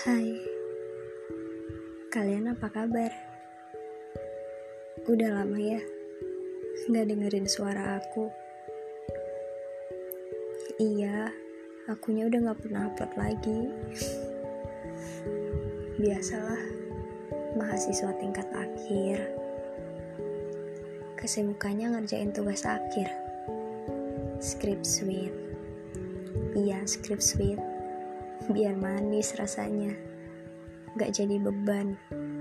Hai, kalian apa kabar? Udah lama ya gak dengerin suara aku. Iya, akunya udah gak pernah upload lagi. Biasalah, mahasiswa tingkat akhir, kesibukannya ngerjain tugas akhir. Script sweet. Iya, script sweet. Biar manis rasanya, gak jadi beban.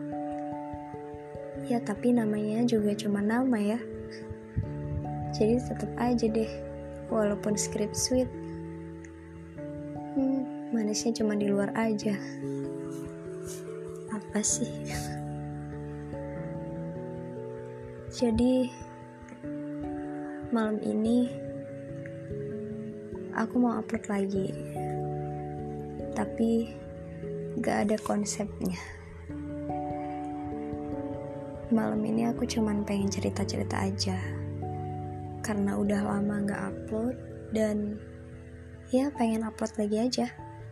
Ya tapi namanya juga cuma nama ya, jadi tetap aja deh, walaupun script sweet, manisnya cuma di luar aja. Apa sih? Jadi malam ini aku mau upload lagi, tapi gak ada konsepnya. Malam ini aku cuman pengen cerita-cerita aja, karena udah lama gak upload, dan ya pengen upload lagi aja.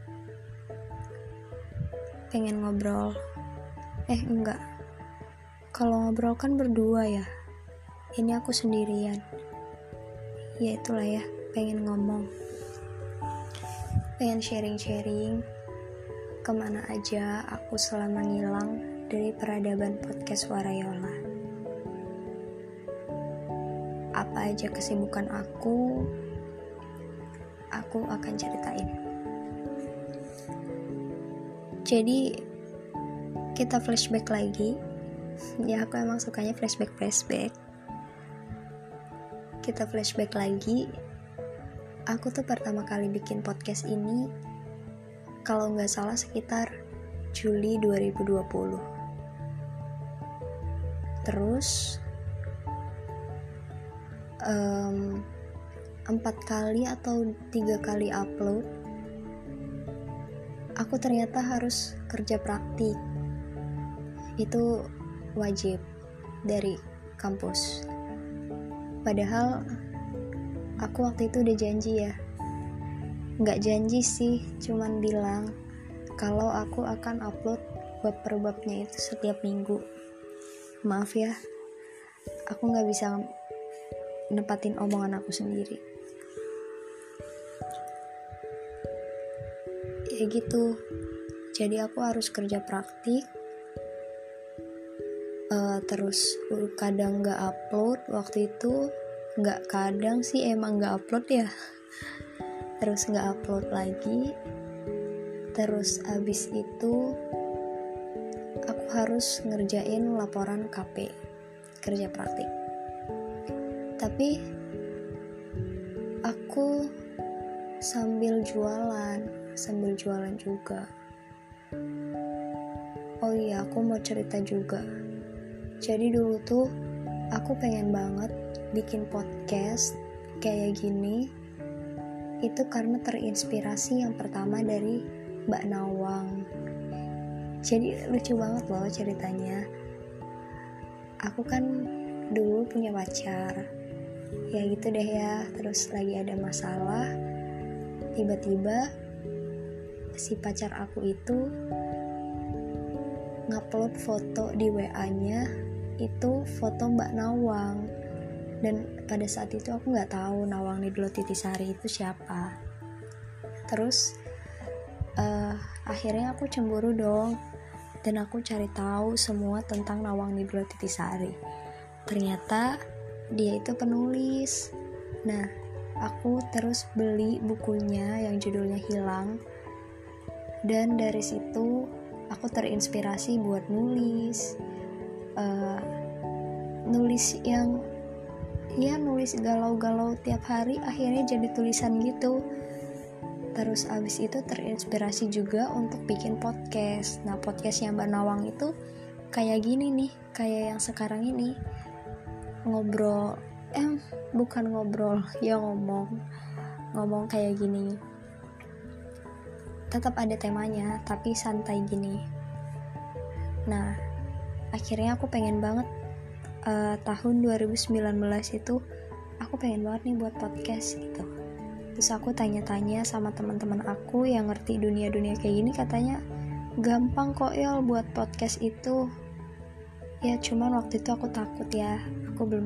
Pengen ngobrol. Enggak, kalau ngobrol kan berdua ya, ini aku sendirian. Ya itulah ya, pengen ngomong, pengen sharing-sharing kemana aja aku selama ngilang dari peradaban podcast Warayola. Apa aja kesibukan aku akan ceritain. Jadi kita flashback lagi. Ya aku emang sukanya flashback. Kita flashback lagi. Aku tuh pertama kali bikin podcast ini, kalau gak salah sekitar Juli 2020. Terus 4 kali atau 3 kali upload, aku ternyata harus kerja praktik. Itu wajib dari kampus. Padahal aku waktu itu udah janji ya. Gak janji sih, cuman bilang kalau aku akan upload bab per babnya itu setiap minggu. Maaf ya, aku gak bisa nepatin omongan aku sendiri. Ya gitu, jadi aku harus kerja praktik. Terus kadang gak upload waktu itu. Gak kadang sih, emang gak upload ya. Terus gak upload lagi. Terus abis itu aku harus ngerjain laporan KP, kerja praktik. Tapi aku sambil jualan juga. Oh iya, aku mau cerita juga. Jadi dulu tuh aku pengen banget bikin podcast kayak gini. Itu karena terinspirasi yang pertama dari Mbak Nawang. Jadi lucu banget loh ceritanya. Aku kan dulu punya pacar, ya gitu deh ya. Terus lagi ada masalah, tiba-tiba si pacar aku itu ngupload foto di WA-nya, itu foto Mbak Nawang. Dan pada saat itu aku nggak tahu Nawang Nidlotitisari itu siapa. Terus akhirnya aku cemburu dong, dan aku cari tahu semua tentang Nawang Nidlotitisari. Ternyata dia itu penulis. Nah, aku terus beli bukunya yang judulnya Hilang, dan dari situ aku terinspirasi buat nulis yang nulis galau-galau tiap hari, akhirnya jadi tulisan gitu. Terus abis itu terinspirasi juga untuk bikin podcast. Nah, podcastnya Mbak Nawang itu kayak gini nih, kayak yang sekarang ini. Bukan ngobrol, ya ngomong kayak gini. Tetap ada temanya, tapi santai gini. Nah, akhirnya aku pengen banget tahun 2019 itu aku pengen banget nih buat podcast gitu. Terus aku tanya-tanya sama teman-teman aku yang ngerti dunia-dunia kayak gini, katanya gampang kok ya buat podcast itu. Ya cuman waktu itu aku takut ya, aku belum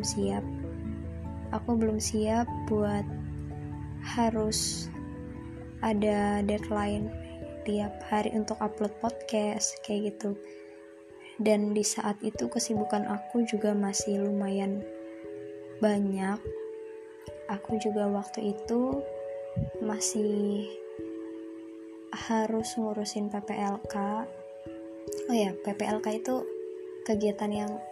siap buat harus ada deadline tiap hari untuk upload podcast kayak gitu. Dan di saat itu kesibukan aku juga masih lumayan banyak. Aku juga waktu itu masih harus ngurusin PPLK. Oh ya, PPLK itu kegiatan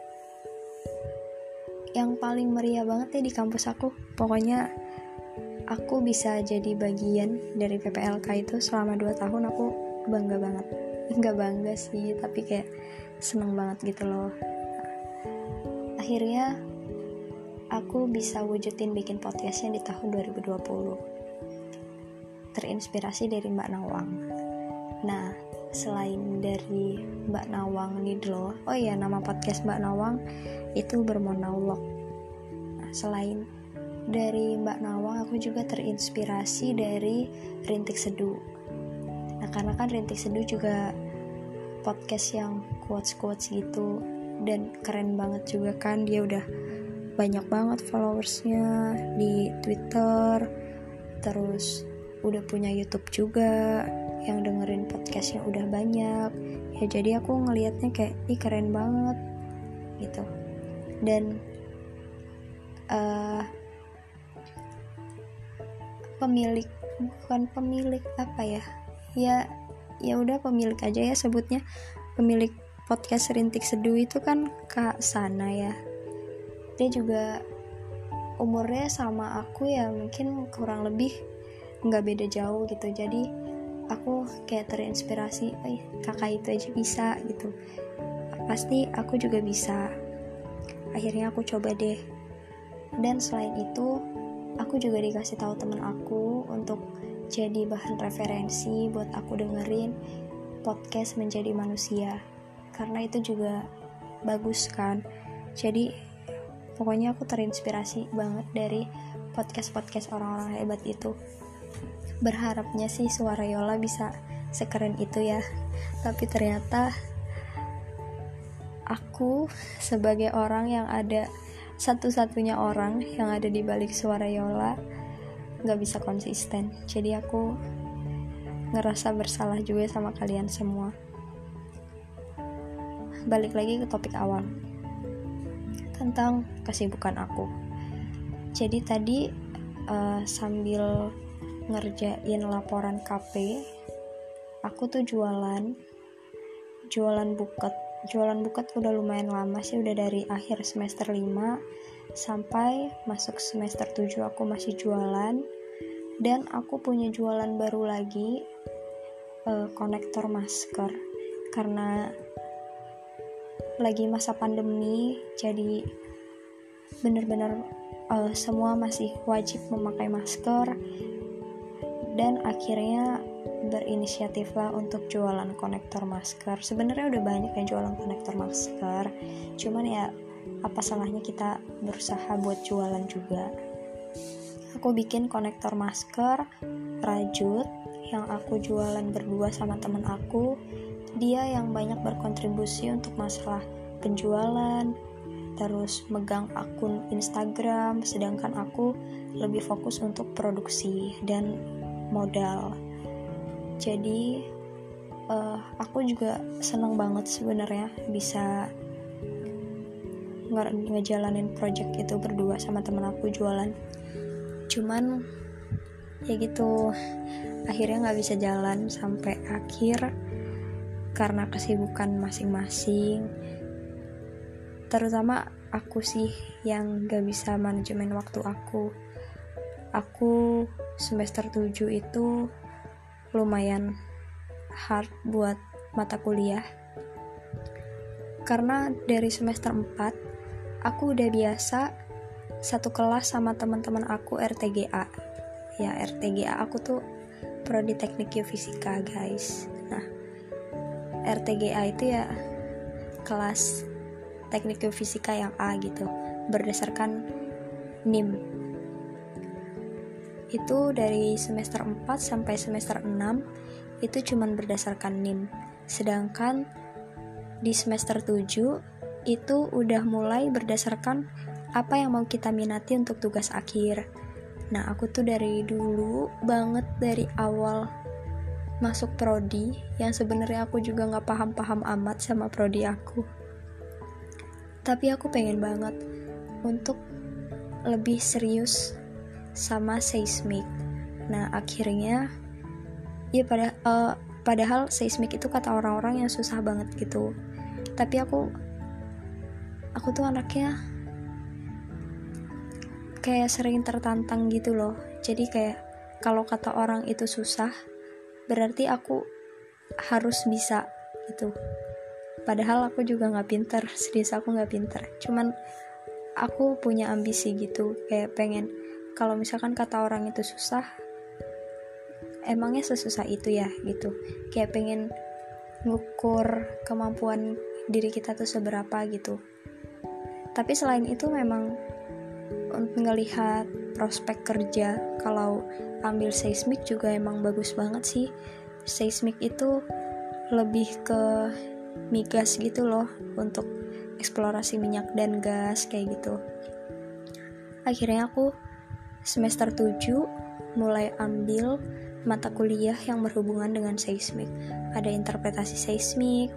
yang paling meriah banget ya di kampus aku. Pokoknya aku bisa jadi bagian dari PPLK itu selama 2 tahun. Aku bangga banget. Enggak bangga sih, tapi kayak seneng banget gitu loh. Akhirnya aku bisa wujudin bikin podcastnya di tahun 2020, terinspirasi dari Mbak Nawang. Nah, selain dari Mbak Nawang Nidlo, oh iya, nama podcast Mbak Nawang itu bermonolog. Nah, selain dari Mbak Nawang, aku juga terinspirasi dari Rintik Seduh. Nah, karena kan Rintik Seduh juga podcast yang quotes-quotes gitu, dan keren banget juga kan, dia udah banyak banget followersnya di Twitter, terus udah punya YouTube juga, yang dengerin podcastnya udah banyak ya. Jadi aku ngelihatnya kayak ih keren banget gitu. Dan pemilik apa ya udah pemilik aja ya sebutnya, pemilik podcast Rintik Seduh itu kan Kak Sana ya. Dia juga umurnya sama aku ya, mungkin kurang lebih nggak beda jauh gitu. Jadi aku kayak terinspirasi, kakak itu aja bisa gitu, pasti aku juga bisa. Akhirnya aku coba deh. Dan selain itu aku juga dikasih tahu temen aku untuk jadi bahan referensi buat aku dengerin podcast Menjadi Manusia, karena itu juga bagus kan. Jadi pokoknya aku terinspirasi banget dari podcast orang-orang hebat itu. Berharapnya sih suara Yola bisa sekeren itu ya, tapi ternyata aku sebagai orang yang ada, satu-satunya orang yang ada di balik suara Yola, gak bisa konsisten. Jadi aku ngerasa bersalah juga sama kalian semua. Balik lagi ke topik awal tentang kesibukan aku. Jadi tadi sambil ngerjain laporan KP, aku tuh jualan buket udah lumayan lama sih, udah dari akhir semester 5 sampai masuk semester 7 aku masih jualan. Dan aku punya jualan baru lagi, konektor masker, karena lagi masa pandemi, jadi bener-bener semua masih wajib memakai masker. Dan akhirnya berinisiatiflah untuk jualan konektor masker. Sebenarnya udah banyak yang jualan konektor masker, cuman ya apa salahnya kita berusaha buat jualan juga. Aku bikin konektor masker rajut yang aku jualan berdua sama teman aku. Dia yang banyak berkontribusi untuk masalah penjualan, terus megang akun Instagram, sedangkan aku lebih fokus untuk produksi dan modal. Jadi aku juga seneng banget sebenarnya bisa ngejalanin project itu berdua sama temen aku jualan. Cuman ya gitu, akhirnya nggak bisa jalan sampai akhir karena kesibukan masing-masing. Terutama aku sih yang nggak bisa manajemen waktu aku. Aku semester 7 itu lumayan hard buat mata kuliah, karena dari semester 4 aku udah biasa satu kelas sama teman-teman aku RTGA. Ya, RTGA aku tuh prodi teknik geofisika guys. Nah, RTGA itu ya kelas teknik geofisika yang A gitu, berdasarkan NIM. Itu dari semester 4 sampai semester 6 itu cuman berdasarkan NIM. Sedangkan di semester 7 itu udah mulai berdasarkan apa yang mau kita minati untuk tugas akhir. Nah, aku tuh dari dulu banget, dari awal masuk prodi, yang sebenarnya aku juga gak paham-paham amat sama prodi aku, tapi aku pengen banget untuk lebih serius sama seismik. Nah, akhirnya ya padahal seismik itu kata orang-orang yang susah banget gitu, tapi aku tuh anaknya kayak sering tertantang gitu loh. Jadi kayak kalau kata orang itu susah, berarti aku harus bisa gitu. Padahal aku juga gak pinter, serius aku gak pinter. Cuman aku punya ambisi gitu, kayak pengen, kalau misalkan kata orang itu susah, emangnya sesusah itu ya gitu. Kayak pengen ngukur kemampuan diri kita tuh seberapa gitu. Tapi selain itu memang untuk ngelihat prospek kerja, kalau ambil seismik juga emang bagus banget sih. Seismik itu lebih ke migas gitu loh, untuk eksplorasi minyak dan gas kayak gitu. Akhirnya aku semester 7 mulai ambil mata kuliah yang berhubungan dengan seismik. Ada interpretasi seismik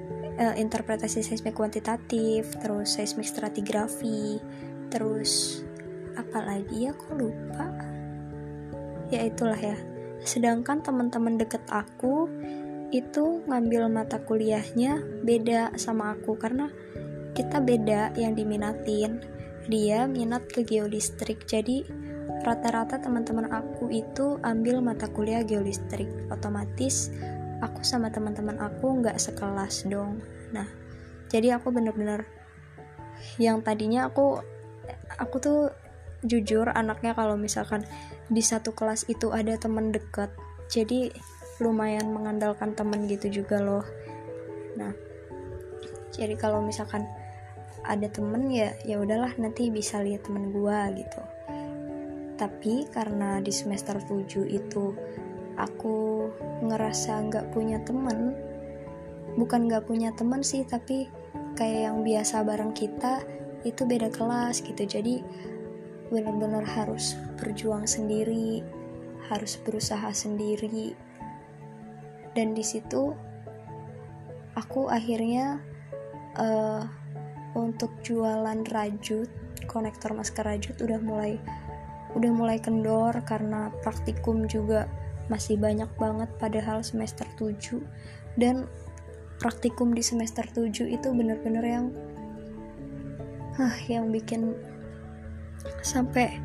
kuantitatif, terus seismik stratigrafi, terus apa lagi ya, kok lupa ya, itulah ya. Sedangkan teman-teman deket aku itu ngambil mata kuliahnya beda sama aku, karena kita beda yang diminatin. Dia minat ke geolistrik, jadi rata-rata teman-teman aku itu ambil mata kuliah geolistrik. Otomatis aku sama teman-teman aku nggak sekelas dong. Nah, jadi aku bener-bener yang tadinya aku tuh jujur anaknya kalau misalkan di satu kelas itu ada teman dekat, jadi lumayan mengandalkan teman gitu juga loh. Nah, jadi kalau misalkan ada temen ya udahlah, nanti bisa lihat temen gua gitu. Tapi karena di semester 7 itu aku ngerasa gak punya temen, bukan gak punya temen sih, tapi kayak yang biasa bareng kita itu beda kelas gitu. Jadi benar-benar harus berjuang sendiri, harus berusaha sendiri. Dan di situ aku akhirnya untuk jualan rajut, konektor masker rajut udah mulai kendor karena praktikum juga masih banyak banget, padahal semester 7. Dan praktikum di semester 7 itu bener-bener yang bikin sampai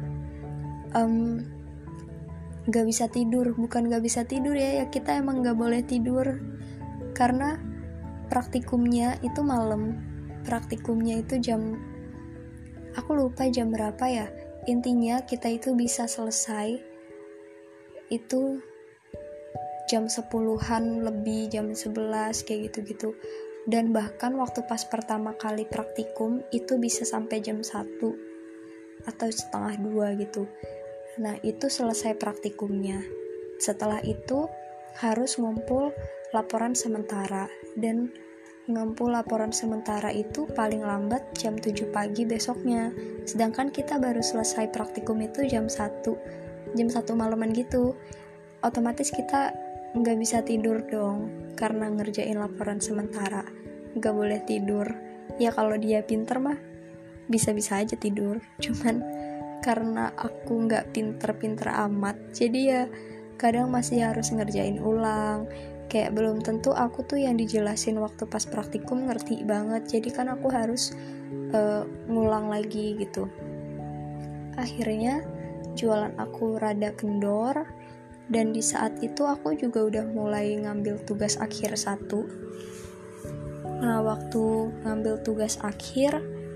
gak bisa tidur. Bukan gak bisa tidur ya kita emang gak boleh tidur karena praktikumnya itu malam. Praktikumnya itu aku lupa jam berapa ya. Intinya kita itu bisa selesai itu jam 10-an lebih, jam 11 kayak gitu-gitu. Dan bahkan waktu pas pertama kali praktikum itu bisa sampai jam 1 atau setengah 2 gitu. Nah, itu selesai praktikumnya. Setelah itu harus ngumpul laporan sementara, dan ngumpul laporan sementara itu paling lambat jam 7 pagi besoknya. Sedangkan kita baru selesai praktikum itu jam 1 malaman gitu. Otomatis kita nggak bisa tidur dong karena ngerjain laporan sementara. Nggak boleh tidur. Ya kalau dia pinter mah bisa-bisa aja tidur. Cuman karena aku nggak pinter-pinter amat, jadi ya kadang masih harus ngerjain ulang. Kayak belum tentu aku tuh yang dijelasin waktu pas praktikum ngerti banget, jadi kan aku harus ngulang lagi gitu. Akhirnya jualan aku rada kendor, dan di saat itu aku juga udah mulai ngambil tugas akhir 1. Nah, waktu ngambil tugas akhir,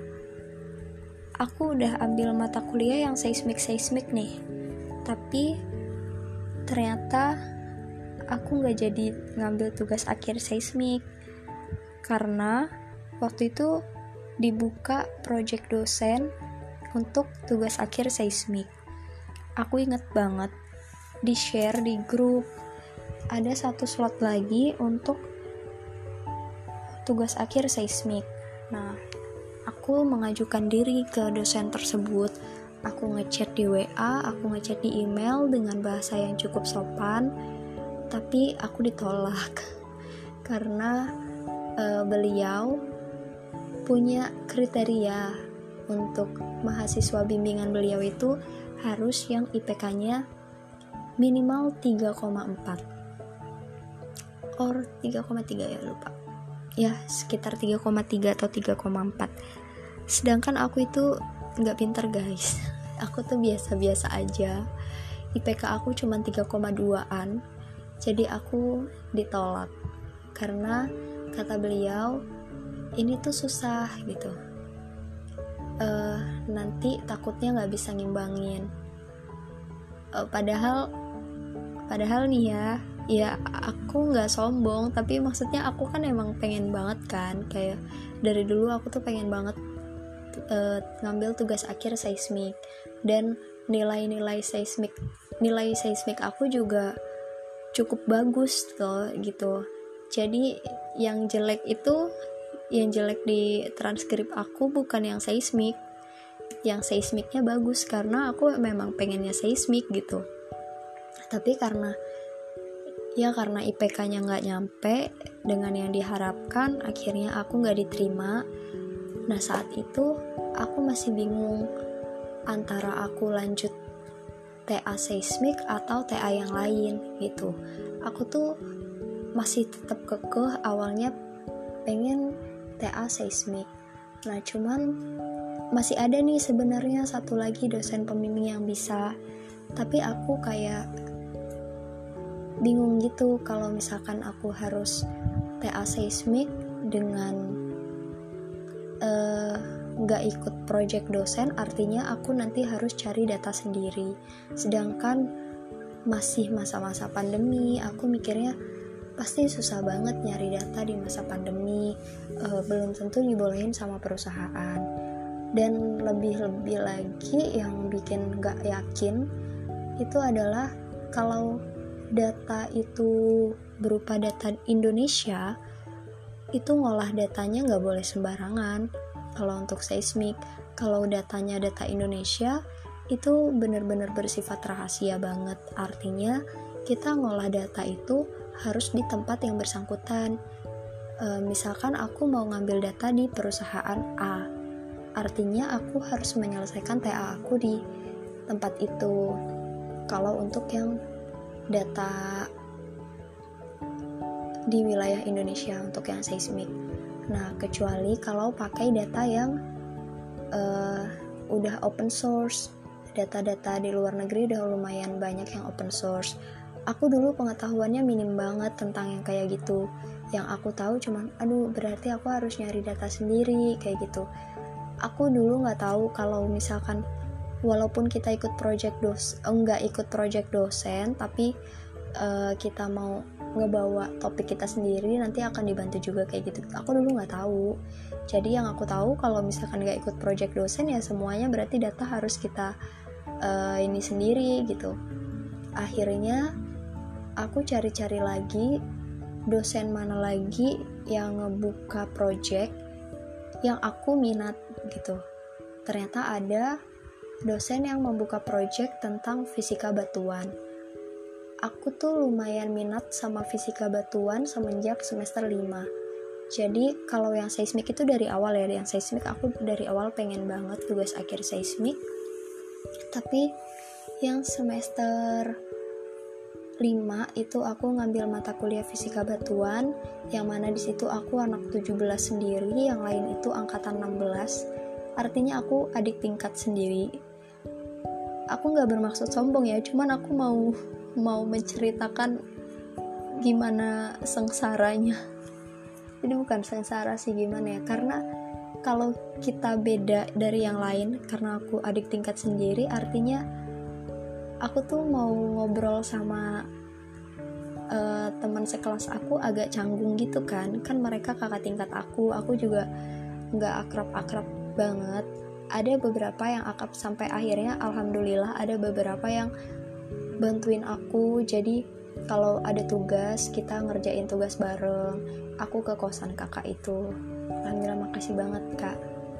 aku udah ambil mata kuliah yang seismik nih, tapi ternyata aku gak jadi ngambil tugas akhir seismik karena waktu itu dibuka project dosen untuk tugas akhir seismik. Aku inget banget di share di grup ada 1 slot lagi untuk tugas akhir seismik. Nah, aku mengajukan diri ke dosen tersebut. Aku ngechat di WA, aku ngechat di email dengan bahasa yang cukup sopan, tapi aku ditolak karena beliau punya kriteria untuk mahasiswa bimbingan beliau itu harus yang IPK-nya minimal 3,4 or 3,3 ya, lupa ya, sekitar 3,3 atau 3,4. Sedangkan aku itu gak pinter guys, aku tuh biasa-biasa aja, IPK aku cuma 3,2an. Jadi aku ditolak karena kata beliau ini tuh susah gitu, nanti takutnya gak bisa ngimbangin. Padahal nih ya aku nggak sombong, tapi maksudnya aku kan emang pengen banget kan, kayak dari dulu aku tuh pengen banget ngambil tugas akhir seismik, dan nilai seismik aku juga cukup bagus loh gitu. Jadi yang jelek di transkrip aku bukan yang seismik, yang seismiknya bagus karena aku memang pengennya seismik gitu. Tapi karena IPK-nya nggak nyampe dengan yang diharapkan, akhirnya aku nggak diterima. Nah, saat itu aku masih bingung antara aku lanjut TA seismik atau TA yang lain gitu. Aku tuh masih tetap kekeh awalnya pengen TA seismik. Nah, cuman masih ada nih sebenarnya satu lagi dosen pembimbing yang bisa, tapi aku kayak bingung gitu kalau misalkan aku harus TA seismik dengan nggak ikut project dosen, artinya aku nanti harus cari data sendiri. Sedangkan masih masa-masa pandemi, aku mikirnya pasti susah banget nyari data di masa pandemi, belum tentu dibolehin sama perusahaan. Dan lebih lagi yang bikin nggak yakin itu adalah kalau data itu berupa data Indonesia, itu ngolah datanya nggak boleh sembarangan. Kalau untuk seismik, kalau datanya data Indonesia, itu benar-benar bersifat rahasia banget. Artinya kita ngolah data itu harus di tempat yang bersangkutan. Misalkan aku mau ngambil data di perusahaan A, artinya aku harus menyelesaikan TA aku di tempat itu. Kalau untuk yang data di wilayah Indonesia untuk yang seismik. Nah, kecuali kalau pakai data yang udah open source. Data-data di luar negeri udah lumayan banyak yang open source. Aku dulu pengetahuannya minim banget tentang yang kayak gitu. Yang aku tahu cuman, berarti aku harus nyari data sendiri kayak gitu. Aku dulu nggak tahu kalau misalkan walaupun kita ikut nggak ikut project dosen, tapi kita mau ngebawa topik kita sendiri, nanti akan dibantu juga kayak gitu. Aku dulu nggak tahu. Jadi yang aku tahu kalau misalkan nggak ikut project dosen ya semuanya berarti data harus kita ini sendiri gitu. Akhirnya aku cari-cari lagi dosen mana lagi yang ngebuka project yang aku minat gitu. Ternyata ada dosen yang membuka project tentang fisika batuan. Aku tuh lumayan minat sama fisika batuan semenjak semester 5. Jadi kalau yang seismik itu dari awal ya, yang seismik aku dari awal pengen banget tugas akhir seismik. Tapi yang semester 5 itu aku ngambil mata kuliah fisika batuan, yang mana di situ aku anak 17 sendiri, yang lain itu angkatan 16. Artinya aku adik tingkat sendiri. Aku nggak bermaksud sombong ya, cuman aku mau menceritakan gimana sengsaranya. Jadi bukan sengsara sih, gimana ya, karena kalau kita beda dari yang lain, karena aku adik tingkat sendiri, artinya aku tuh mau ngobrol sama teman sekelas aku agak canggung gitu kan mereka kakak tingkat aku juga nggak akrab-akrab banget. Ada beberapa yang akrab sampai akhirnya alhamdulillah ada beberapa yang bantuin aku, jadi kalau ada tugas kita ngerjain tugas bareng. aku ke kosan kakak itu. Alhamdulillah, makasih banget kak.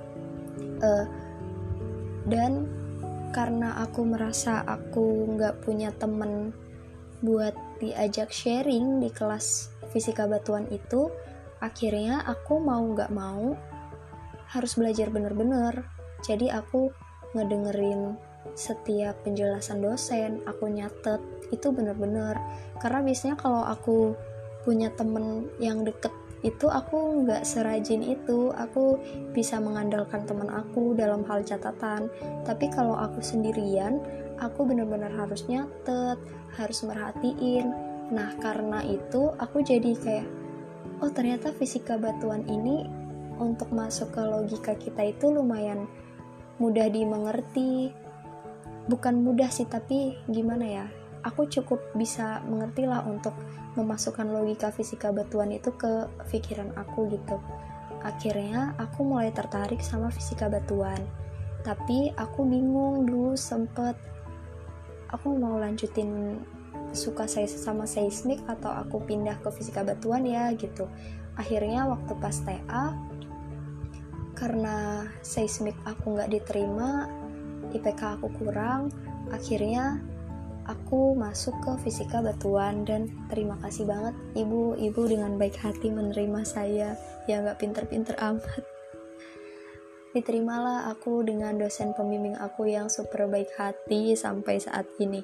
Dan karena aku merasa aku nggak punya temen buat diajak sharing di kelas fisika batuan itu, akhirnya aku mau nggak mau harus belajar bener-bener. Jadi aku ngedengerin setiap penjelasan dosen, aku nyatet itu bener-bener. Karena biasanya kalau aku punya temen yang deket itu aku nggak serajin itu, aku bisa mengandalkan teman aku dalam hal catatan. Tapi kalau aku sendirian, aku benar-benar harus nyatet, harus merhatiin. Nah karena itu aku jadi kayak, oh ternyata fisika batuan ini untuk masuk ke logika kita itu lumayan mudah dimengerti. Bukan mudah sih, tapi gimana ya, aku cukup bisa mengerti lah untuk memasukkan logika fisika batuan itu ke pikiran aku gitu. Akhirnya aku mulai tertarik sama fisika batuan. Tapi aku bingung dulu, sempet aku mau lanjutin suka saya sama seismik atau aku pindah ke fisika batuan ya gitu. Akhirnya waktu pas TA, karena seismik aku nggak diterima, IPK aku kurang, akhirnya aku masuk ke fisika batuan. Dan terima kasih banget ibu dengan baik hati menerima saya yang nggak pinter-pinter amat. Diterimalah aku dengan dosen pembimbing aku yang super baik hati sampai saat ini.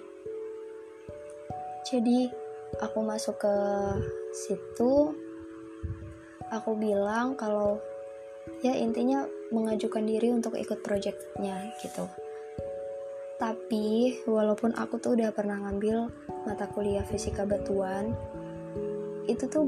Jadi aku masuk ke situ, aku bilang kalau ya intinya mengajukan diri untuk ikut projectnya gitu. Tapi walaupun aku tuh udah pernah ngambil mata kuliah fisika batuan, itu tuh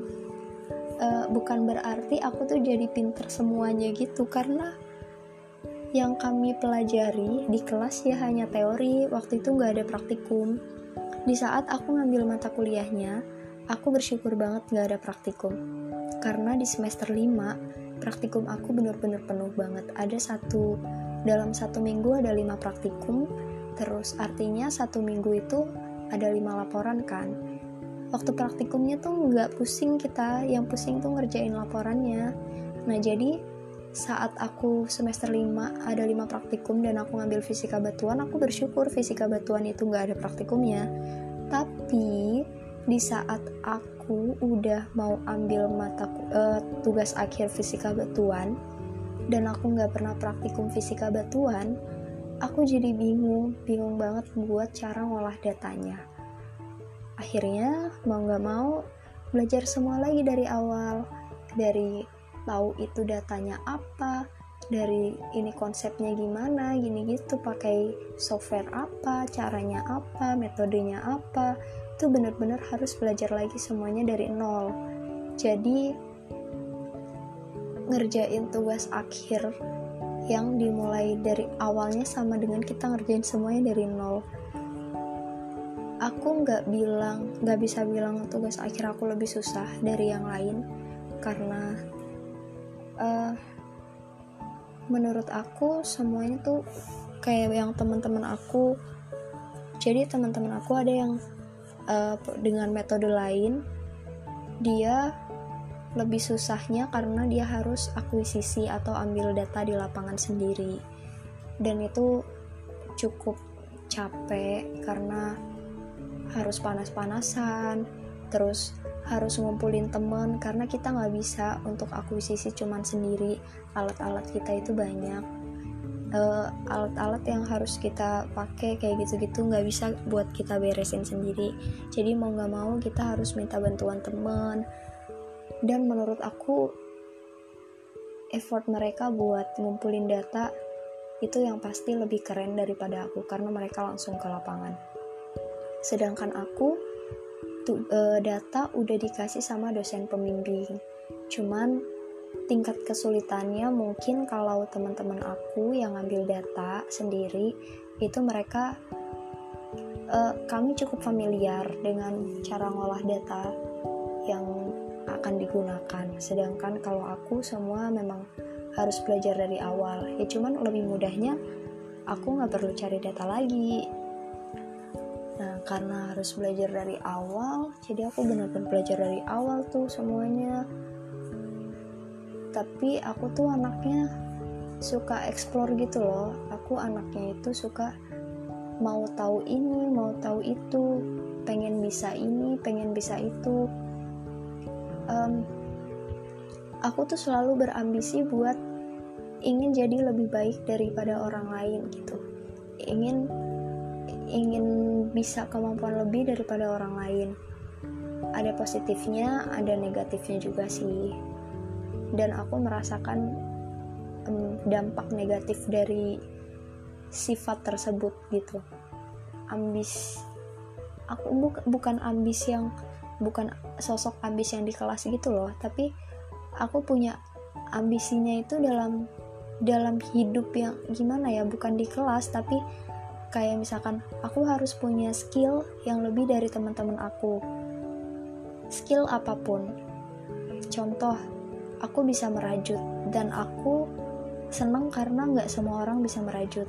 bukan berarti aku tuh jadi pinter semuanya gitu, karena yang kami pelajari di kelas ya hanya teori. Waktu itu gak ada praktikum. Di saat aku ngambil mata kuliahnya, aku bersyukur banget gak ada praktikum, karena di semester 5 praktikum aku bener-bener penuh banget. Dalam satu minggu ada 5 praktikum, terus artinya satu minggu itu ada 5 laporan kan. Waktu praktikumnya tuh nggak pusing kita, yang pusing tuh ngerjain laporannya. Nah jadi saat aku semester 5 ada 5 praktikum dan aku ngambil fisika batuan, aku bersyukur fisika batuan itu nggak ada praktikumnya. Tapi di saat aku udah mau ambil tugas akhir fisika batuan dan aku nggak pernah praktikum fisika batuan, aku jadi bingung banget buat cara ngolah datanya. Akhirnya mau gak mau belajar semua lagi dari awal, dari tahu itu datanya apa, dari ini konsepnya gimana, gini gitu, pakai software apa, caranya apa, metodenya apa. Itu benar-benar harus belajar lagi semuanya dari nol. Jadi ngerjain tugas akhir yang dimulai dari awalnya sama dengan kita ngerjain semuanya dari nol. Aku nggak bisa bilang tugas akhir aku lebih susah dari yang lain, karena menurut aku semuanya tuh kayak yang teman-teman aku. Jadi teman-teman aku ada yang dengan metode lain, dia lebih susahnya karena dia harus akuisisi atau ambil data di lapangan sendiri, dan itu cukup capek karena harus panas-panasan, terus harus ngumpulin temen karena kita nggak bisa untuk akuisisi cuman sendiri. Alat-alat kita itu banyak, alat-alat yang harus kita pakai kayak gitu-gitu nggak bisa buat kita beresin sendiri. Jadi mau nggak mau kita harus minta bantuan temen. Dan menurut aku effort mereka buat ngumpulin data itu yang pasti lebih keren daripada aku, karena mereka langsung ke lapangan. Sedangkan aku data udah dikasih sama dosen pembimbing, cuman tingkat kesulitannya mungkin kalau teman-teman aku yang ngambil data sendiri itu mereka kami cukup familiar dengan cara ngolah data yang akan digunakan, sedangkan kalau aku semua memang harus belajar dari awal. Cuman lebih mudahnya aku nggak perlu cari data lagi. Nah, karena harus belajar dari awal, jadi aku benar-benar belajar dari awal tuh semuanya. Tapi aku tuh anaknya suka explore gitu loh. Aku anaknya itu suka mau tahu ini, mau tahu itu, pengen bisa ini, pengen bisa itu. Aku tuh selalu berambisi buat ingin jadi lebih baik daripada orang lain gitu. Ingin bisa kemampuan lebih daripada orang lain. Ada positifnya, ada negatifnya juga sih. Dan aku merasakan dampak negatif dari sifat tersebut gitu. Aku bukan bukan sosok ambis yang di kelas gitu loh, tapi aku punya ambisinya itu dalam hidup yang gimana ya, bukan di kelas, tapi kayak misalkan aku harus punya skill yang lebih dari teman-teman aku. Skill apapun. Contoh, aku bisa merajut, dan aku seneng karena nggak semua orang bisa merajut.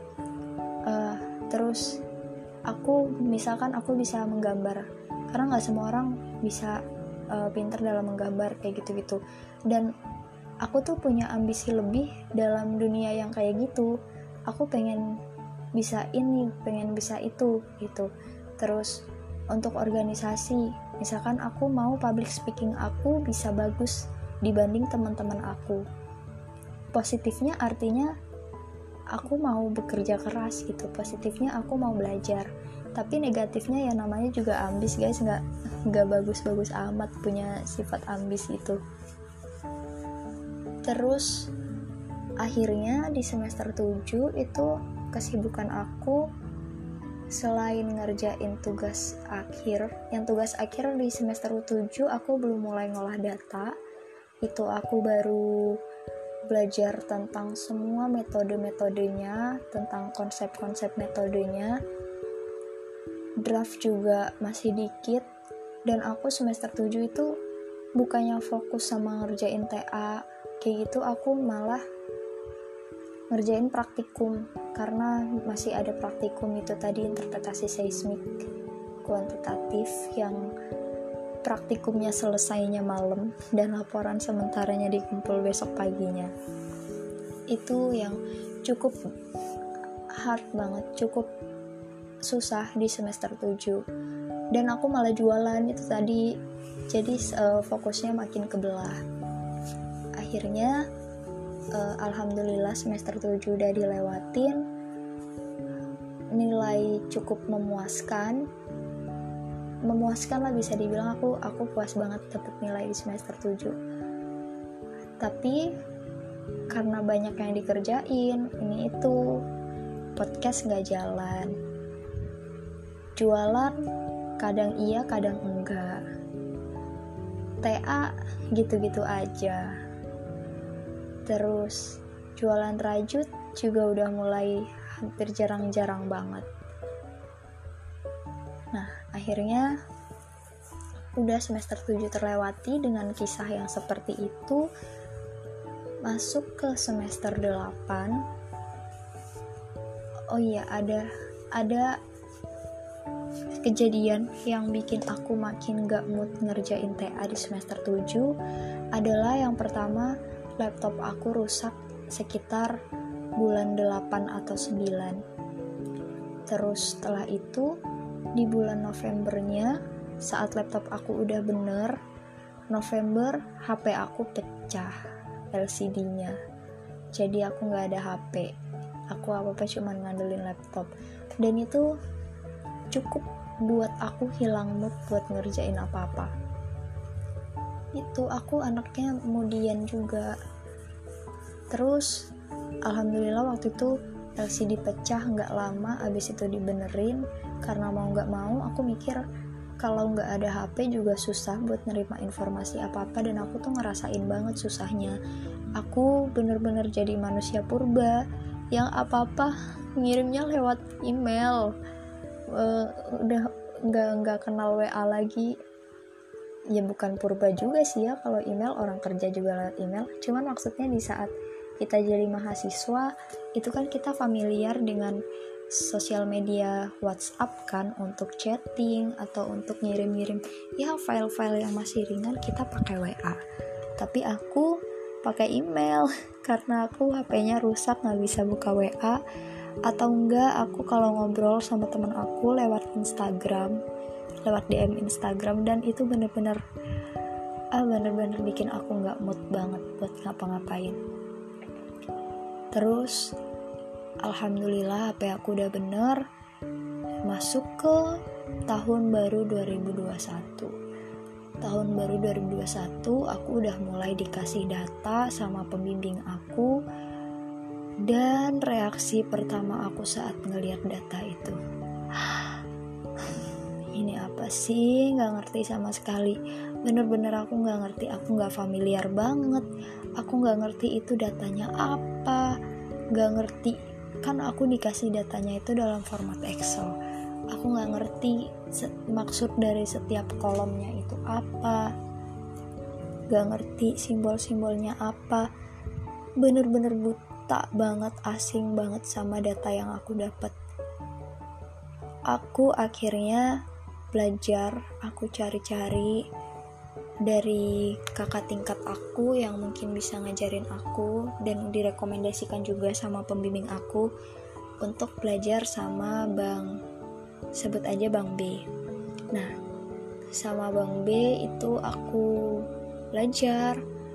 Terus aku bisa menggambar, karena nggak semua orang bisa pinter dalam menggambar kayak gitu-gitu. Dan aku tuh punya ambisi lebih dalam dunia yang kayak gitu. Aku pengen bisa ini, pengen bisa itu gitu. Terus untuk organisasi, misalkan aku mau public speaking aku bisa bagus dibanding teman-teman aku. Positifnya artinya aku mau bekerja keras gitu. Positifnya aku mau belajar. Tapi negatifnya ya namanya juga ambis guys, nggak bagus-bagus amat punya sifat ambis itu. Terus akhirnya di semester 7 itu kesibukan aku selain ngerjain tugas akhir, yang tugas akhir di semester 7 aku belum mulai ngolah data. Itu aku baru belajar tentang semua metode-metodenya, tentang konsep-konsep metodenya. Draft juga masih dikit, dan aku semester 7 itu bukannya fokus sama ngerjain TA kayak gitu, aku malah ngerjain praktikum, karena masih ada praktikum itu tadi, interpretasi seismik kuantitatif, yang praktikumnya selesainya malam dan laporan sementaranya dikumpul besok paginya. Itu yang cukup hard banget, cukup susah di semester 7. Dan aku malah jualan itu tadi, jadi fokusnya makin kebelah. Akhirnya alhamdulillah semester 7 udah dilewatin, nilai cukup memuaskan lah, bisa dibilang aku puas banget dapet nilai di semester 7. Tapi karena banyak yang dikerjain, ini itu, podcast gak jalan, jualan kadang iya kadang enggak, TA gitu-gitu aja. Terus jualan rajut juga udah mulai hampir jarang-jarang banget. Nah, akhirnya udah semester 7 terlewati dengan kisah yang seperti itu. Masuk ke semester 8. Oh iya, ada kejadian yang bikin aku makin gak mood ngerjain TA di semester 7 adalah yang pertama, laptop aku rusak sekitar bulan 8 atau 9. Terus setelah itu di bulan Novembernya, saat laptop aku udah bener, November HP aku pecah LCD-nya. Jadi aku gak ada HP. Aku apa-apa cuman ngandelin laptop. Dan itu cukup buat aku hilang mood buat ngerjain apa-apa. Itu aku anaknya kemudian juga. Terus alhamdulillah waktu itu LCD pecah nggak lama, abis itu dibenerin. Karena mau nggak mau aku mikir kalau nggak ada HP juga susah buat nerima informasi apa-apa, dan aku tuh ngerasain banget susahnya. Aku bener-bener jadi manusia purba yang apa-apa ngirimnya lewat email. Udah nggak kenal WA lagi. Ya bukan purba juga sih ya, kalau email orang kerja juga lewat email. Cuman maksudnya di saat kita jadi mahasiswa itu kan kita familiar dengan sosial media WhatsApp kan untuk chatting atau untuk ngirim-ngirim ya file-file yang masih ringan kita pakai WA. Tapi aku pakai email karena aku HP-nya rusak, nggak bisa buka WA. Atau enggak, aku kalau ngobrol sama teman aku lewat Instagram, lewat DM Instagram, dan itu bener-bener bikin aku nggak mood banget buat ngapa-ngapain. Terus alhamdulillah HP aku udah bener, masuk ke tahun baru 2021. Tahun baru 2021 aku udah mulai dikasih data sama pembimbing aku, dan reaksi pertama aku saat ngeliat data itu, ini apa sih, gak ngerti sama sekali. Bener-bener aku gak ngerti, aku gak familiar banget, aku gak ngerti itu datanya apa, gak ngerti. Kan aku dikasih datanya itu dalam format Excel, aku gak ngerti maksud dari setiap kolomnya itu apa, gak ngerti simbol-simbolnya apa. Bener-bener buta banget, asing banget sama data yang aku dapat. Aku akhirnya belajar, aku cari-cari dari kakak tingkat aku yang mungkin bisa ngajarin aku dan direkomendasikan juga sama pembimbing aku untuk belajar sama sebut aja Bang B. Nah, sama Bang B itu aku belajar,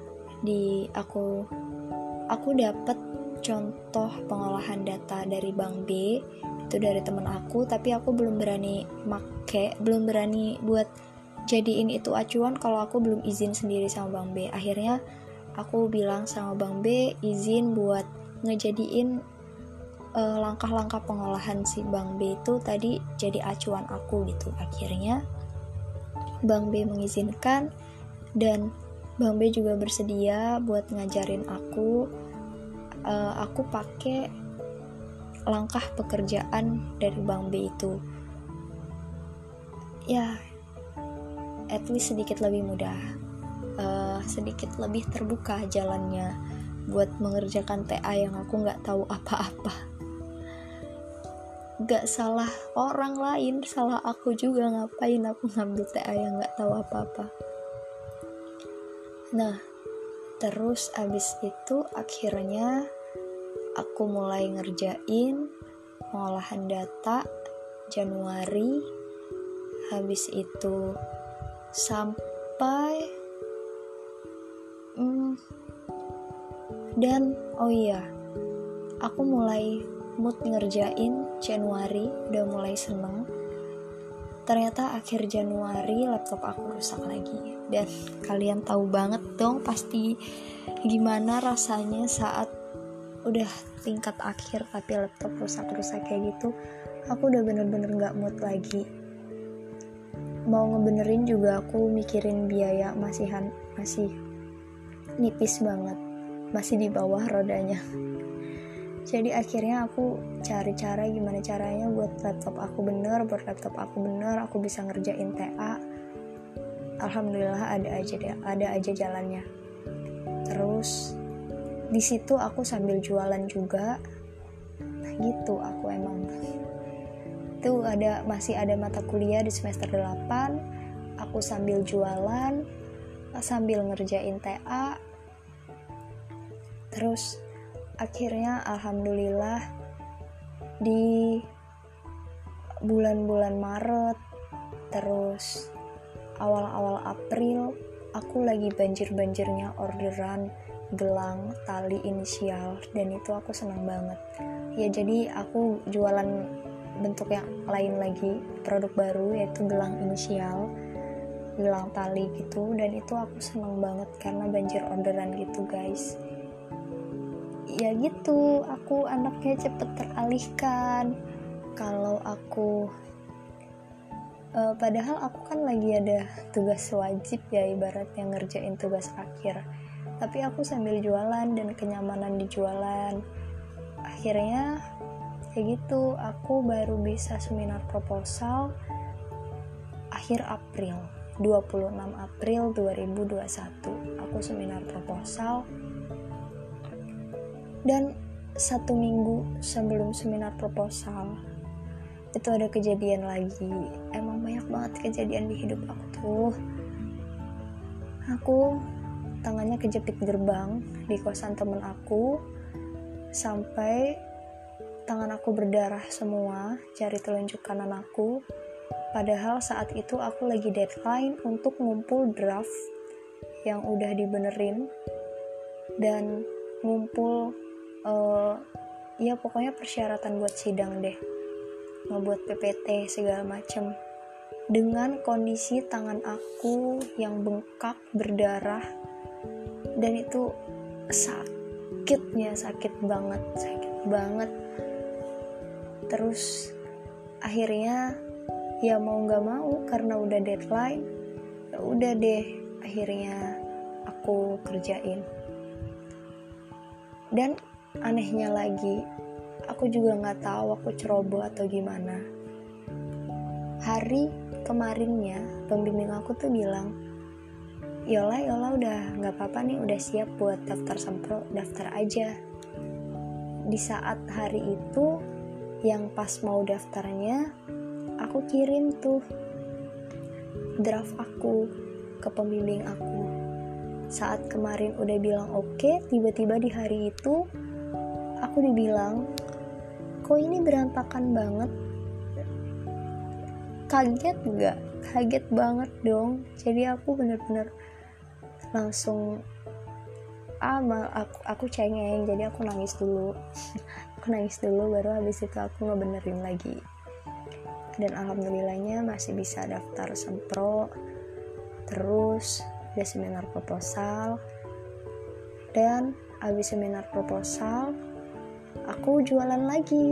aku dapat contoh pengolahan data dari Bang B itu dari temen aku, tapi aku belum berani buat jadiin itu acuan kalau aku belum izin sendiri sama Bang B. Akhirnya aku bilang sama Bang B izin buat ngejadiin langkah-langkah pengolahan si Bang B itu tadi jadi acuan aku gitu. Akhirnya Bang B mengizinkan dan Bang B juga bersedia buat ngajarin aku. Aku pakai langkah pekerjaan dari Bang B itu. Ya, at least sedikit lebih mudah, sedikit lebih terbuka jalannya buat mengerjakan TA yang aku nggak tahu apa-apa. Gak salah orang lain, salah aku juga, ngapain aku ngambil TA yang nggak tahu apa-apa. Nah, terus abis itu akhirnya aku mulai ngerjain pengolahan data Januari. Habis itu sampai dan aku mulai mood ngerjain Januari, udah mulai seneng. Ternyata akhir Januari laptop aku rusak lagi, dan kalian tahu banget dong pasti gimana rasanya saat udah tingkat akhir tapi laptop rusak kayak gitu. Aku udah bener-bener gak mood lagi. Mau ngebenerin juga aku mikirin biaya masih nipis banget, masih di bawah rodanya. Jadi akhirnya aku cari cara gimana caranya buat laptop aku bener, aku bisa ngerjain TA. Alhamdulillah ada aja jalannya. Terus di situ aku sambil jualan juga. Nah gitu aku emang. Itu masih ada mata kuliah di semester 8. Aku sambil jualan, sambil ngerjain TA. Terus akhirnya alhamdulillah di bulan-bulan Maret terus awal-awal April aku lagi banjir-banjirnya orderan gelang tali inisial, dan itu aku senang banget ya. Jadi aku jualan bentuk yang lain lagi, produk baru, yaitu gelang inisial, gelang tali gitu, dan itu aku senang banget karena banjir orderan gitu guys. Ya gitu, aku anaknya cepet teralihkan. Kalau aku padahal aku kan lagi ada tugas wajib ya, ibaratnya ngerjain tugas akhir, tapi aku sambil jualan dan kenyamanan di jualan. Akhirnya kayak gitu, aku baru bisa seminar proposal akhir April, 26 April 2021 aku seminar proposal. Dan 1 minggu sebelum seminar proposal itu ada kejadian lagi. Emang banyak banget kejadian di hidup aku tuh. Aku tangannya kejepit gerbang di kosan temen aku sampai tangan aku berdarah semua, jari telunjuk kanan aku. Padahal saat itu aku lagi deadline untuk ngumpul draft yang udah dibenerin dan ngumpul ya pokoknya persyaratan buat sidang deh, ngebuat PPT segala macem. Dengan kondisi tangan aku yang bengkak berdarah dan itu sakit banget. Terus akhirnya ya mau nggak mau karena udah deadline, ya udah deh akhirnya aku kerjain. Dan anehnya lagi, aku juga nggak tahu aku ceroboh atau gimana. Hari kemarinnya pembimbing aku tuh bilang, Yola udah nggak apa-apa nih, udah siap buat daftar sempro, daftar aja. Di saat hari itu yang pas mau daftarnya, aku kirim tuh draft aku ke pembimbing aku. Saat kemarin udah bilang oke, tiba-tiba di hari itu aku dibilang, kok ini berantakan banget. Kaget gak? Kaget banget dong. Jadi aku bener-bener langsung aku cengeng, jadi aku nangis dulu. Baru habis itu aku ngebenerin lagi. Dan alhamdulillahnya masih bisa daftar sempro. Terus ada seminar proposal, dan habis seminar proposal aku jualan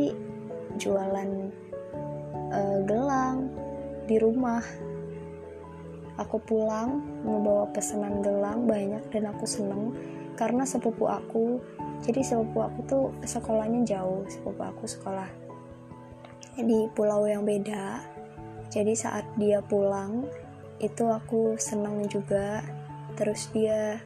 gelang di rumah. Aku pulang membawa pesanan gelang banyak dan aku seneng karena sepupu aku tuh sekolahnya jauh. Sepupu aku sekolah di pulau yang beda, jadi saat dia pulang itu aku senang juga. Terus dia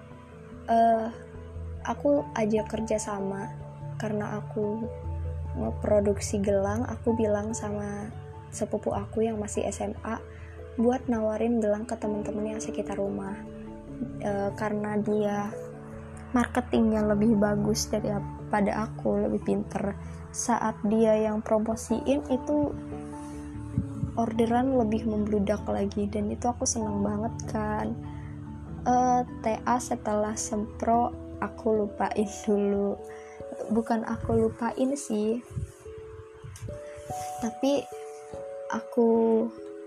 aku ajak kerja sama karena aku ngeproduksi gelang. Aku bilang sama sepupu aku yang masih SMA buat nawarin gelang ke temen-temen yang sekitar rumah, karena dia marketingnya lebih bagus daripada aku, lebih pinter. Saat dia yang promosiin itu orderan lebih membludak lagi, dan itu aku seneng banget kan. TA setelah sempro aku lupain dulu. Bukan aku lupain sih, tapi aku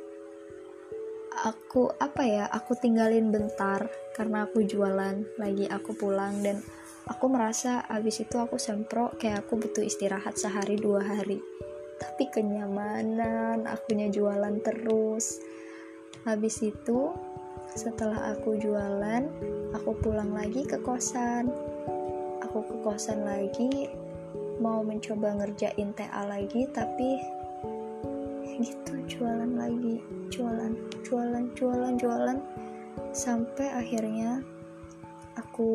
tinggalin bentar karena aku jualan lagi. Aku pulang dan aku merasa abis itu aku sempro kayak aku butuh istirahat sehari 2 hari, tapi kenyamanan akunya jualan terus. Habis itu setelah aku jualan, aku pulang lagi ke kosan. Aku ke kosan lagi mau mencoba ngerjain TA lagi, tapi gitu, jualan sampai akhirnya aku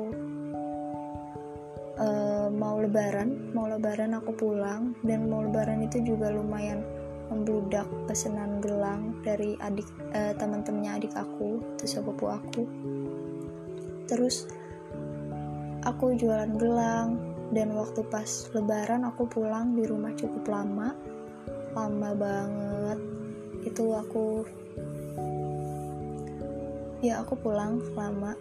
mau lebaran aku pulang. Dan mau lebaran itu juga lumayan membludak pesanan gelang dari teman-temannya adik aku, itu sepupu aku. Terus aku jualan gelang, dan waktu pas lebaran aku pulang di rumah cukup lama banget. Itu aku pulang lama.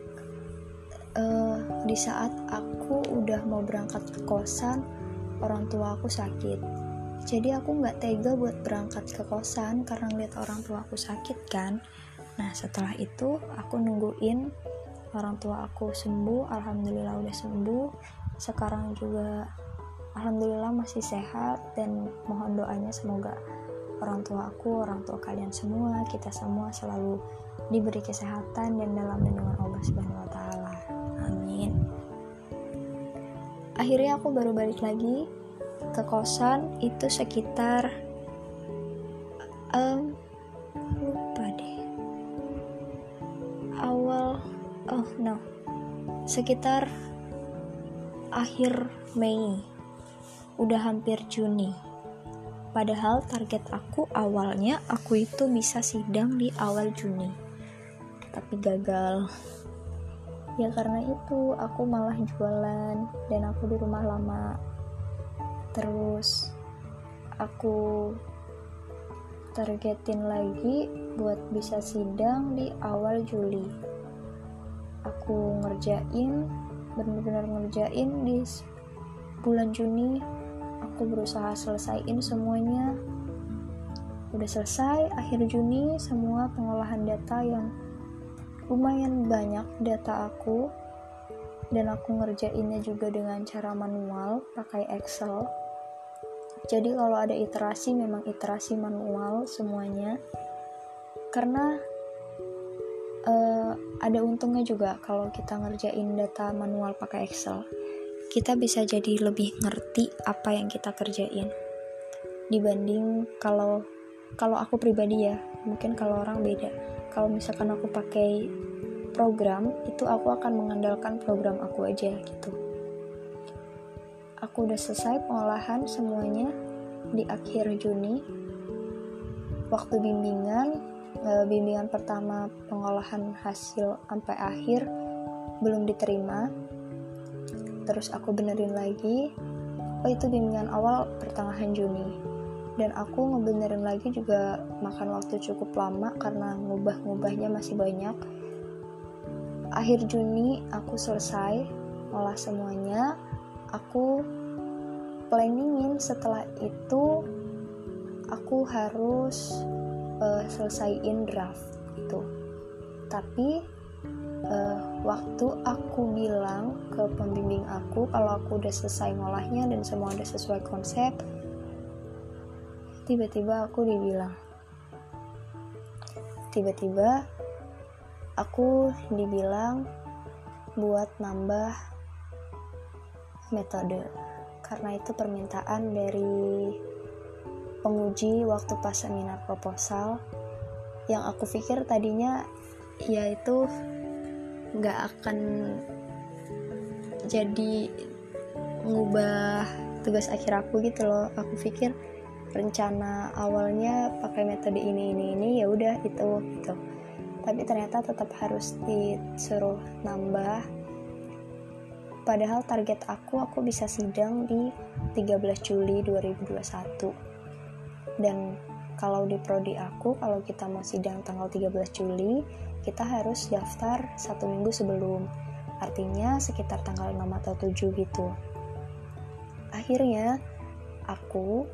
Di saat aku udah mau berangkat ke kosan, orang tua aku sakit. Jadi aku gak tega buat berangkat ke kosan karena ngeliat orang tua aku sakit kan. Nah setelah itu aku nungguin orang tua aku sembuh. Alhamdulillah udah sembuh. Sekarang juga alhamdulillah masih sehat, dan mohon doanya semoga orang tua aku, orang tua kalian semua, kita semua selalu diberi kesehatan dan dalam lindungan Allah Subhanahu wa taala. Amin. Akhirnya aku baru balik lagi ke kosan itu sekitar lupa deh sekitar akhir Mei, udah hampir Juni. Padahal target aku awalnya aku itu bisa sidang di awal Juni, tapi gagal. Ya karena itu aku malah jualan dan aku di rumah lama. Terus aku targetin lagi buat bisa sidang di awal Juli. Aku bener-bener ngerjain di bulan Juni. Aku berusaha selesaiin semuanya. Udah selesai akhir Juni semua pengolahan data yang lumayan banyak data aku, dan aku ngerjainnya juga dengan cara manual pakai Excel. Jadi kalau ada iterasi memang iterasi manual semuanya, karena ada untungnya juga kalau kita ngerjain data manual pakai Excel. Kita bisa jadi lebih ngerti apa yang kita kerjain dibanding kalau aku pribadi ya, mungkin kalau orang beda. Kalau misalkan aku pakai program, itu aku akan mengandalkan program aku aja gitu. Aku udah selesai pengolahan semuanya di akhir Juni. Waktu bimbingan pertama pengolahan hasil sampai akhir belum diterima. Terus aku benerin lagi. Itu bimbingan awal pertengahan Juni. Dan aku ngebenerin lagi juga makan waktu cukup lama karena ngubah-ngubahnya masih banyak. Akhir Juni aku selesai olah semuanya. Aku planningin setelah itu aku harus selesaiin draft itu. Tapi waktu aku bilang ke pembimbing aku kalau aku udah selesai ngolahnya dan semua udah sesuai konsep, tiba-tiba aku dibilang buat nambah metode, karena itu permintaan dari penguji waktu pas seminar proposal. Yang aku pikir tadinya ya itu nggak akan jadi ngubah tugas akhir aku gitu loh. Aku pikir rencana awalnya pakai metode ini ya udah itu gitu. Tapi ternyata tetap harus disuruh nambah. Padahal target aku bisa sidang di 13 Juli 2021. Dan kalau di prodi aku, kalau kita mau sidang tanggal 13 Juli, kita harus daftar 1 minggu sebelum. Artinya sekitar tanggal 6 atau 7 gitu. Akhirnya aku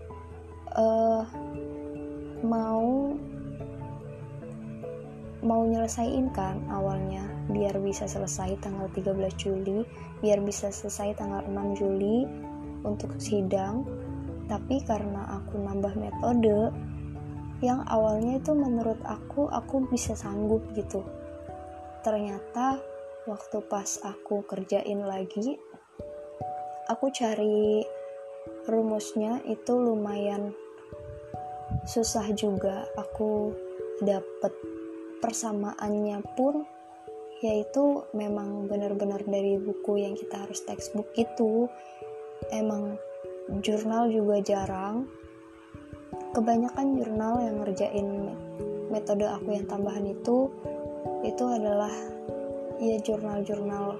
mau nyelesain kan awalnya biar bisa selesai tanggal 13 Juli, biar bisa selesai tanggal 6 Juli untuk sidang. Tapi karena aku nambah metode yang awalnya itu menurut aku bisa sanggup gitu, ternyata waktu pas aku kerjain lagi, aku cari rumusnya itu lumayan susah juga. Aku dapet persamaannya pun yaitu memang benar-benar dari buku yang kita harus textbook gitu. Emang jurnal juga jarang. Kebanyakan jurnal yang ngerjain metode aku yang tambahan itu adalah ya jurnal.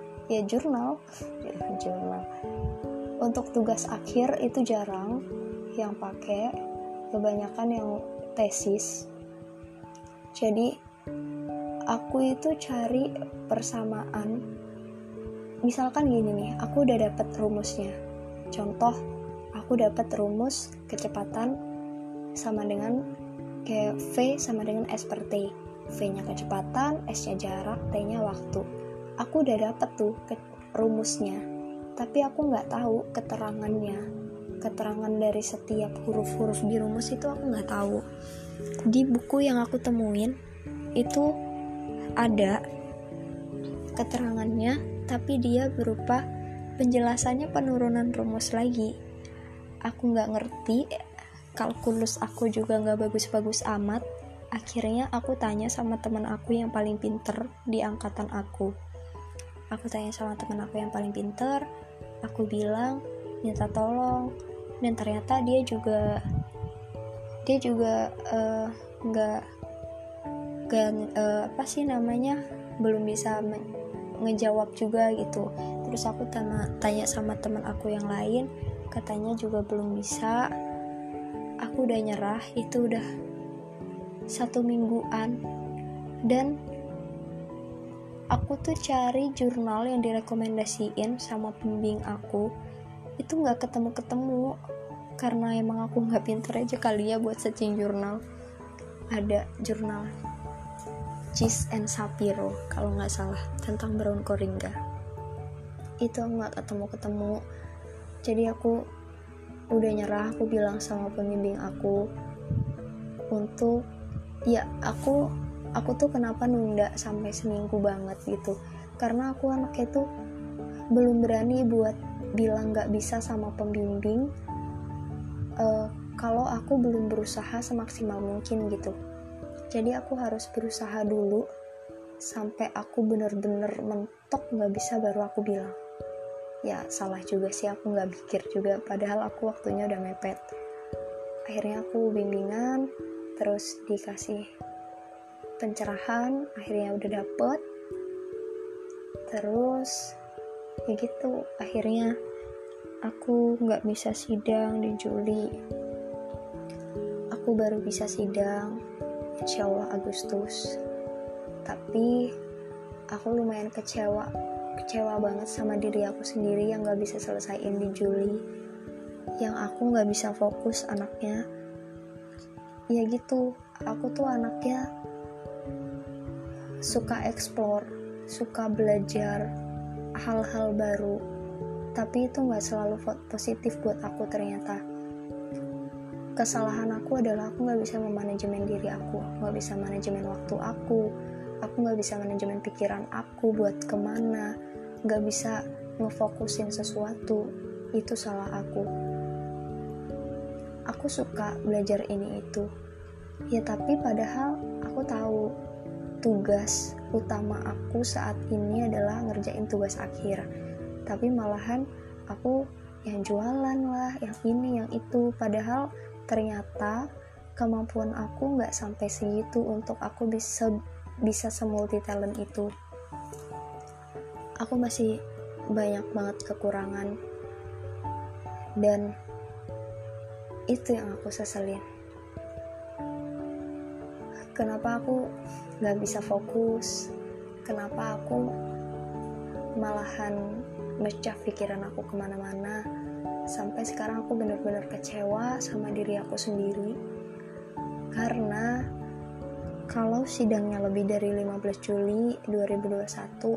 Untuk tugas akhir itu jarang yang pakai, kebanyakan yang tesis. Jadi aku itu cari persamaan. Misalkan gini nih, aku udah dapet rumusnya. Contoh, aku dapat rumus kecepatan sama dengan kayak V sama dengan S per T. V-nya kecepatan, S-nya jarak, T-nya waktu. Aku udah dapat tuh rumusnya, tapi aku nggak tahu keterangannya. Keterangan dari setiap huruf-huruf di rumus itu aku nggak tahu. Di buku yang aku temuin itu ada keterangannya, tapi dia berupa penjelasannya penurunan rumus lagi. Aku nggak ngerti, kalkulus aku juga nggak bagus-bagus amat. Akhirnya aku tanya sama teman aku yang paling pinter di angkatan aku. aku bilang minta tolong, dan ternyata dia juga nggak belum bisa ngejawab juga gitu. Terus aku tanya sama teman aku yang lain, katanya juga belum bisa. Aku udah nyerah, itu udah 1 mingguan, dan aku tuh cari jurnal yang direkomendasiin sama pembimbing aku, itu nggak ketemu karena emang aku nggak pinter aja kali ya buat searching jurnal. Ada jurnal Cheese and Sapiro kalau nggak salah, tentang Bronkoringa. Itu aku nggak ketemu. Jadi aku udah nyerah. Aku bilang sama pembimbing aku untuk aku tuh kenapa nunda sampai seminggu banget gitu, karena aku anaknya tuh belum berani buat bilang nggak bisa sama pembimbing kalau aku belum berusaha semaksimal mungkin gitu. Jadi aku harus berusaha dulu sampai aku bener-bener mentok nggak bisa, baru aku bilang. Ya salah juga sih, aku nggak mikir juga, padahal aku waktunya udah mepet. Akhirnya aku bimbingan, terus dikasih pencerahan, akhirnya udah dapet. Terus ya gitu, akhirnya aku nggak bisa sidang di Juli. Aku baru bisa sidang insya Allah Agustus. Tapi aku lumayan kecewa banget sama diri aku sendiri yang gak bisa selesaiin di Juli, yang aku gak bisa fokus anaknya. Ya gitu, aku tuh anaknya suka explore, suka belajar hal-hal baru, tapi itu gak selalu positif buat aku ternyata. Kesalahan aku adalah aku gak bisa memanajemen diri aku gak bisa manajemen waktu aku gak bisa manajemen pikiran aku buat kemana, gak bisa ngefokusin sesuatu. Itu salah aku. Aku suka belajar ini itu, ya tapi padahal aku tahu tugas utama aku saat ini adalah ngerjain tugas akhir, tapi malahan aku yang jualan lah, yang ini, yang itu, padahal ternyata kemampuan aku nggak sampai segitu untuk aku bisa semulti talent itu. Aku masih banyak banget kekurangan, dan itu yang aku seselin. Kenapa aku nggak bisa fokus? Kenapa aku malahan mecah pikiran aku kemana-mana? Sampai sekarang aku benar-benar kecewa sama diri aku sendiri, karena kalau sidangnya lebih dari 15 Juli 2021,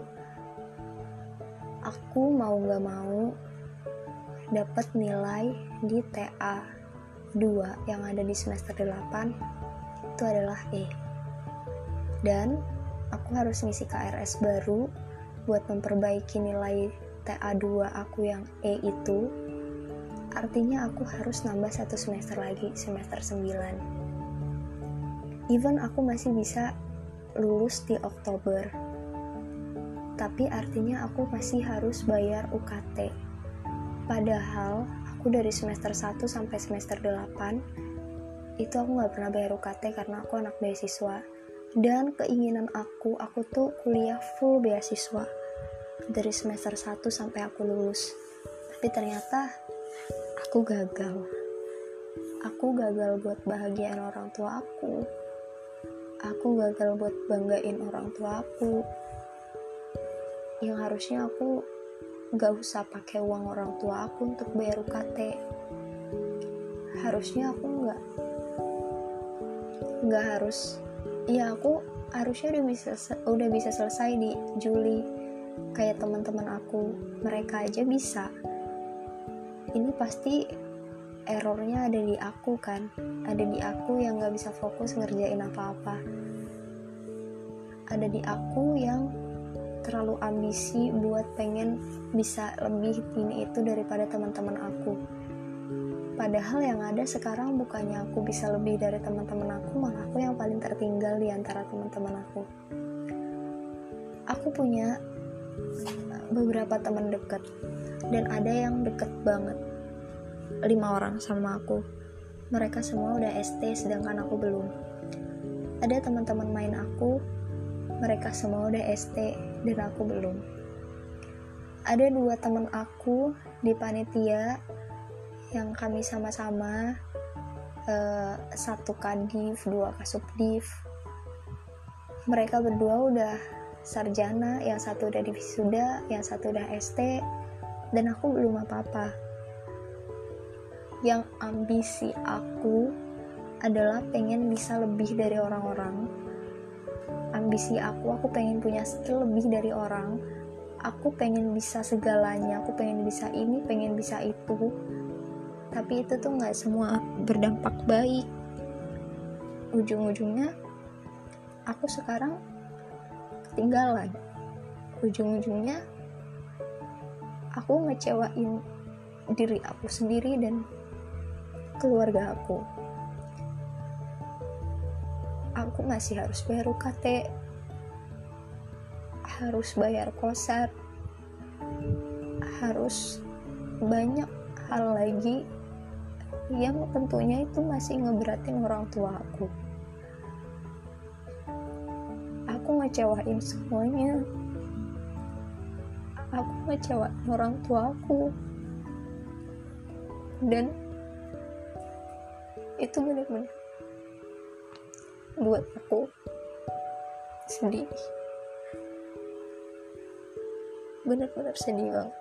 aku mau gak mau dapat nilai di TA 2 yang ada di semester 8 itu adalah E, dan aku harus ngisi KRS baru buat memperbaiki nilai TA 2 aku yang E itu. Artinya aku harus nambah 1 semester lagi, semester 9. Even aku masih bisa lulus di Oktober, tapi artinya aku masih harus bayar UKT. Padahal aku dari semester 1 sampai semester 8 itu aku gak pernah bayar UKT karena aku anak beasiswa. Dan keinginan aku tuh kuliah full beasiswa dari semester 1 sampai aku lulus. Tapi ternyata aku gagal. Aku gagal buat bahagiain orang tua aku. Aku gagal buat banggain orang tua aku. Yang harusnya aku gak usah pakai uang orang tua aku untuk bayar UKT. Harusnya aku nggak harus. Ya aku harusnya udah bisa selesai di Juli kayak teman-teman aku. Mereka aja bisa. Ini pasti errornya ada di aku kan, ada di aku yang gak bisa fokus ngerjain apa-apa, ada di aku yang terlalu ambisi buat pengen bisa lebih ini itu daripada teman-teman aku. Padahal yang ada sekarang bukannya aku bisa lebih dari teman-teman aku, malah aku yang paling tertinggal di antara teman-teman aku. Aku punya beberapa teman dekat, dan ada yang deket banget, 5 orang sama aku. Mereka semua udah ST sedangkan aku belum. Ada teman-teman main aku, mereka semua udah ST dan aku belum. Ada 2 teman aku di panitia yang kami sama-sama 1 kadif, 2 kasubdif. Mereka berdua udah sarjana, yang 1 udah wisuda, yang 1 udah ST, dan aku belum apa-apa. Yang ambisi aku adalah pengen bisa lebih dari orang-orang. Ambisi aku pengen punya skill lebih dari orang. Aku pengen bisa segalanya, aku pengen bisa ini, pengen bisa itu. Tapi itu tuh gak semua berdampak baik. Ujung-ujungnya aku sekarang ketinggalan. Ujung-ujungnya aku ngecewain diri aku sendiri dan keluarga aku. Aku masih harus bayar UKT, harus bayar kosan, harus banyak hal lagi yang tentunya itu masih ngeberatin orang tua aku. Aku ngecewain semuanya. Aku ngecewain orang tua aku. Dan itu benar-benar buat aku sedih. Benar-benar sedih banget.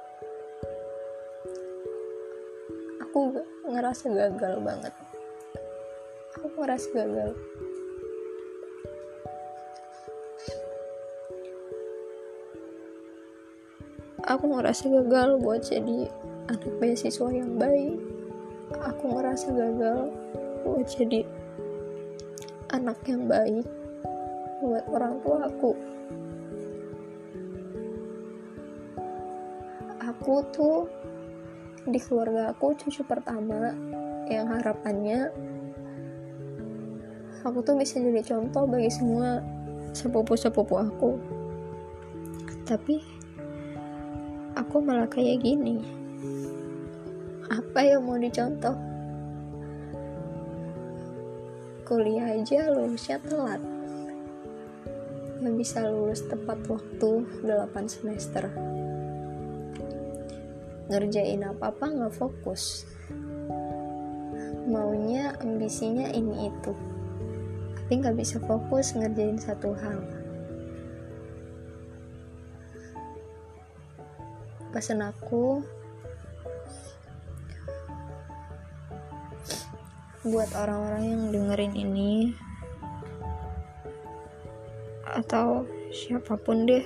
Aku ngerasa gagal banget. Aku ngerasa gagal. Aku ngerasa gagal buat jadi anak beasiswa yang baik. Aku ngerasa gagal buat jadi anak yang baik buat orang tua aku. Aku tuh di keluarga aku cucu pertama yang harapannya aku tuh bisa jadi contoh bagi semua sepupu-sepupu aku. Tapi aku malah kayak gini. Apa yang mau dicontoh? Kuliah aja lulusnya telat. Gak bisa lulus tepat waktu 8 semester. Ngerjain apa-apa gak fokus. Maunya, ambisinya ini itu. Tapi gak bisa fokus ngerjain satu hal. Pesan aku buat orang-orang yang dengerin ini, atau siapapun deh,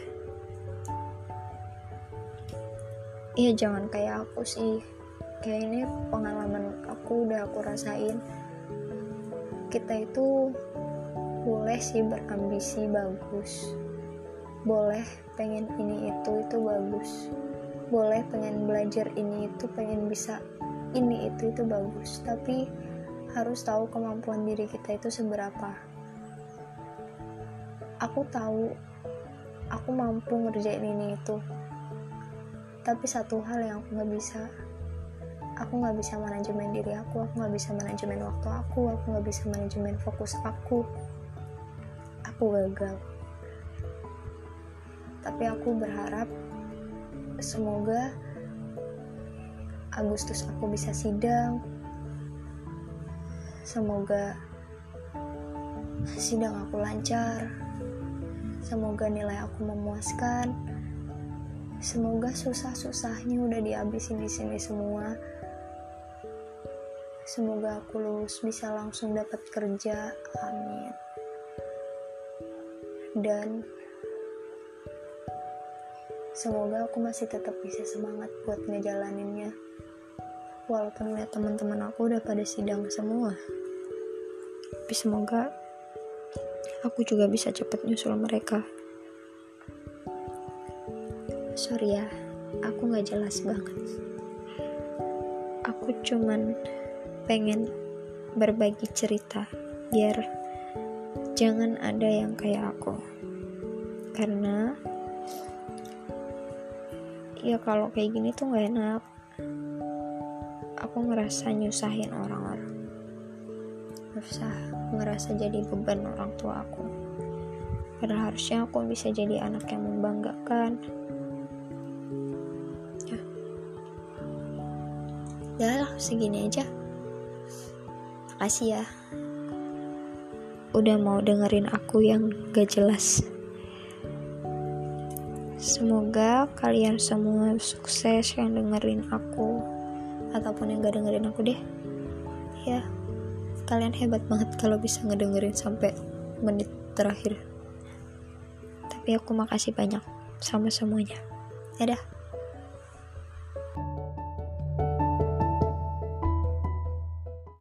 ya jangan kayak aku sih. Kayak ini pengalaman aku, udah aku rasain. Kita itu boleh sih berambisi bagus, boleh pengen ini itu bagus, boleh pengen belajar ini itu, pengen bisa ini itu bagus. Tapi harus tahu kemampuan diri kita itu seberapa. Aku tahu aku mampu ngerjain ini itu, tapi satu hal yang aku gak bisa manajemen diri aku gak bisa manajemen waktu aku gak bisa manajemen fokus aku gagal. Tapi aku berharap semoga Agustus aku bisa sidang. Semoga sidang aku lancar. Semoga nilai aku memuaskan. Semoga susah-susahnya udah dihabisin di sini semua. Semoga aku lulus bisa langsung dapat kerja. Amin. Dan semoga aku masih tetap bisa semangat buat ngejalaninnya. Walaupun lihat teman-teman aku udah pada sidang semua. Tapi semoga aku juga bisa cepet nyusul mereka. Sorry ya, aku gak jelas banget. Aku cuman pengen berbagi cerita biar jangan ada yang kayak aku. Karena ya kalau kayak gini tuh gak enak. Aku ngerasa nyusahin orang-orang, ngerasa jadi beban orang tua aku. Padahal harusnya aku bisa jadi anak yang membanggakan. Ya segini aja. Makasih ya udah mau dengerin aku yang gak jelas. Semoga kalian semua sukses yang dengerin aku, ataupun yang gak dengerin aku deh. Ya, kalian hebat banget kalau bisa ngedengerin sampai menit terakhir. Tapi aku makasih banyak sama semuanya. Dadah.